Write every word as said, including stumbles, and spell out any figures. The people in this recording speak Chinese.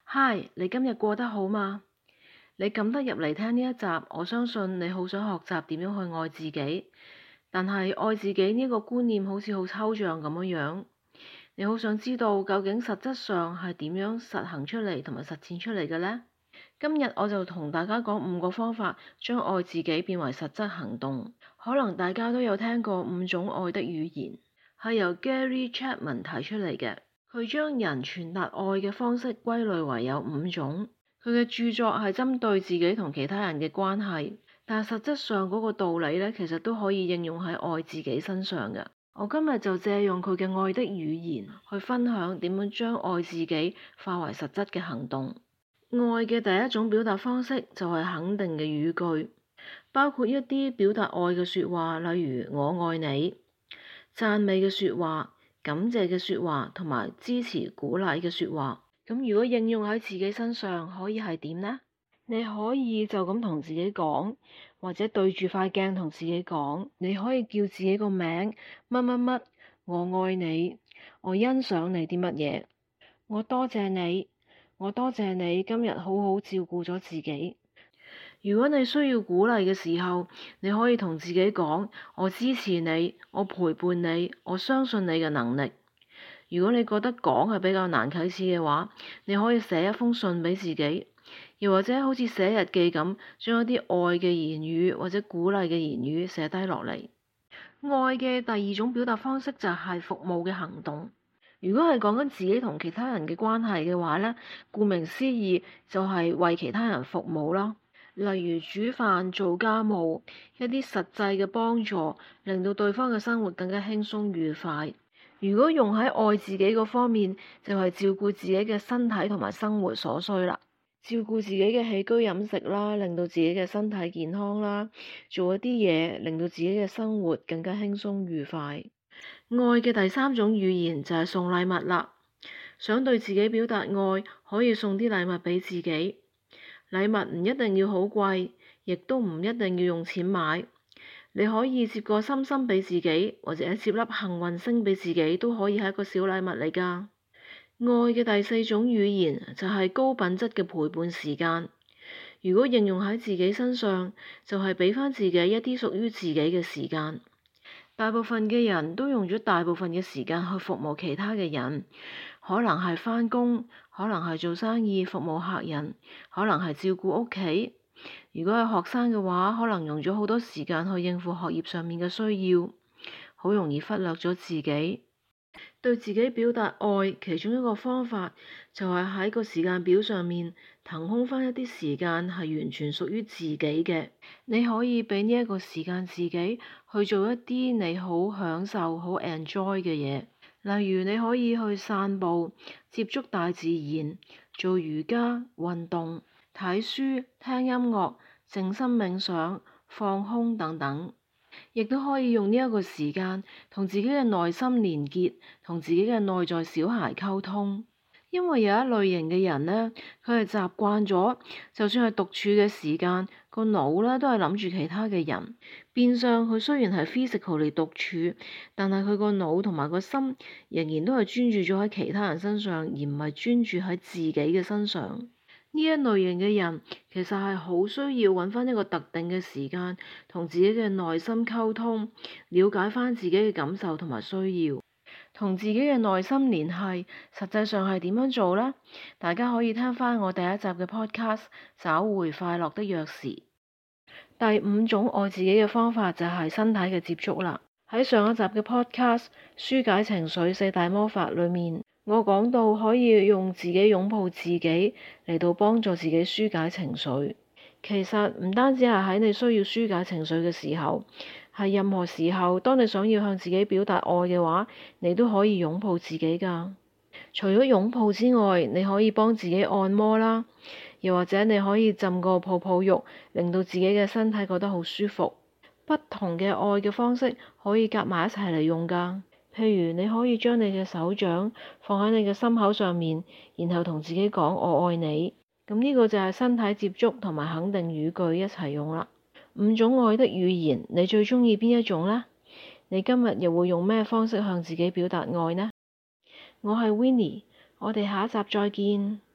嗨，你今日過得好嗎？你撳得入嚟聽呢一集，我相信你好想學習點樣去愛自己，但係愛自己呢個觀念好似好抽象咁樣樣。你好想知道究竟實質上係點樣實行出嚟同埋實踐出嚟嘅呢？今日我就同大家講五個方法，將愛自己變為實質行動。可能大家都有聽過五種愛的語言，係由 Gary Chapman 提出嚟嘅。佢將人傳達愛嘅方式歸類為有五種。佢嘅著作係針對自己同其他人嘅關係，但實質上嗰個道理咧，其實都可以應用喺愛自己身上嘅。我今日就借用佢嘅愛的語言去分享點樣將愛自己化為實質嘅行動。愛嘅第一種表達方式就係肯定嘅語句，包括一啲表達愛嘅說話，例如我愛你、讚美嘅說話、感謝嘅說話同埋支持鼓勵嘅說話。咁如果應用喺自己身上，可以係點呢？你可以就咁同自己講，或者對住塊鏡同自己講。你可以叫自己個名乜乜乜，我愛你，我欣賞你啲乜嘢，我多謝你，我多謝你今日好好照顧咗自己。如果你需要鼓勵嘅時候，你可以同自己講，我支持你，我陪伴你，我相信你嘅能力。如果你覺得講係比較難啟齒嘅話，你可以寫一封信俾自己，又或者好似寫日記咁，將一啲愛嘅言語或者鼓勵嘅言語寫低落嚟。愛嘅第二種表達方式就係服務嘅行動。如果係講緊自己同其他人嘅關係嘅話呢，顧名思義就係為其他人服務啦。例如煮飯、做家務，一啲實際嘅幫助，令到對方嘅生活更加輕鬆愉快。如果用喺愛自己嗰方面，就係照顧自己嘅身體同埋生活所需啦，照顧自己嘅起居飲食啦，令到自己嘅身體健康啦，做一啲嘢令到自己嘅生活更加輕鬆愉快。愛嘅第三種語言就係送禮物啦。想對自己表達愛，可以送啲禮物俾自己。禮物唔一定要好貴，亦都唔一定要用錢買。你可以接個心心俾自己，或者接粒幸運星俾自己，都可以係一個小禮物嚟㗎。愛嘅第四種語言就係高品質嘅陪伴時間。如果應用喺自己身上，就係俾翻自己一啲屬於自己嘅時間。大部分嘅人都用咗大部分嘅時間去服務其他嘅人，可能係返工，可能係做生意服務客人，可能係照顧屋企。如果係學生嘅話，可能用咗好多時間去應付學業上面嘅需要，好容易忽略咗自己。對自己表達愛，其中一個方法就係喺個時間表上面騰空翻一啲時間係完全屬於自己嘅。你可以俾呢一個時間自己去做一啲你好享受、好 enjoy 嘅嘢，例如你可以去散步、接觸大自然、做瑜伽、運動、睇書、聽音樂、靜心冥想、放空等等。亦都可以用呢一個時間同自己嘅內心連結，同自己嘅內在小孩溝通。因為有一類型嘅人呢，佢係習慣咗，就算係獨處嘅時間，個腦呢都係諗住其他嘅人。變相佢雖然係 physically 獨處，但係佢個腦同埋個心仍然都係專注咗喺其他人身上，而唔係專注喺自己嘅身上。呢一類型嘅人其實係好需要揾翻一個特定嘅時間，同自己嘅內心溝通，了解翻自己嘅感受同埋需要，同自己嘅內心聯繫。實際上係點樣做呢？大家可以聽翻我第一集嘅 podcast，找回快樂的鑰匙。第五種愛自己嘅方法就係身體嘅接觸啦。喺上一集嘅 podcast 紓解情緒四大魔法裏面，我講到可以用自己擁抱自己嚟到幫助自己紓解情緒。其實唔單止係喺你需要紓解情緒嘅時候，係任何時候，當你想要向自己表達愛嘅話，你都可以擁抱自己㗎。除咗擁抱之外，你可以幫自己按摩啦，又或者你可以浸個泡泡浴，令到自己嘅身體覺得好舒服。不同嘅愛嘅方式可以夾埋一齊嚟用㗎。譬如你可以將你嘅手掌放喺你嘅心口上面，然後同自己講我愛你。咁呢個就係身體接觸同埋肯定語句一齊用啦。五種愛的語言，你最中意邊一種呢？你今日又會用咩方式向自己表達愛呢？我係 Winnie，我哋下一集再見。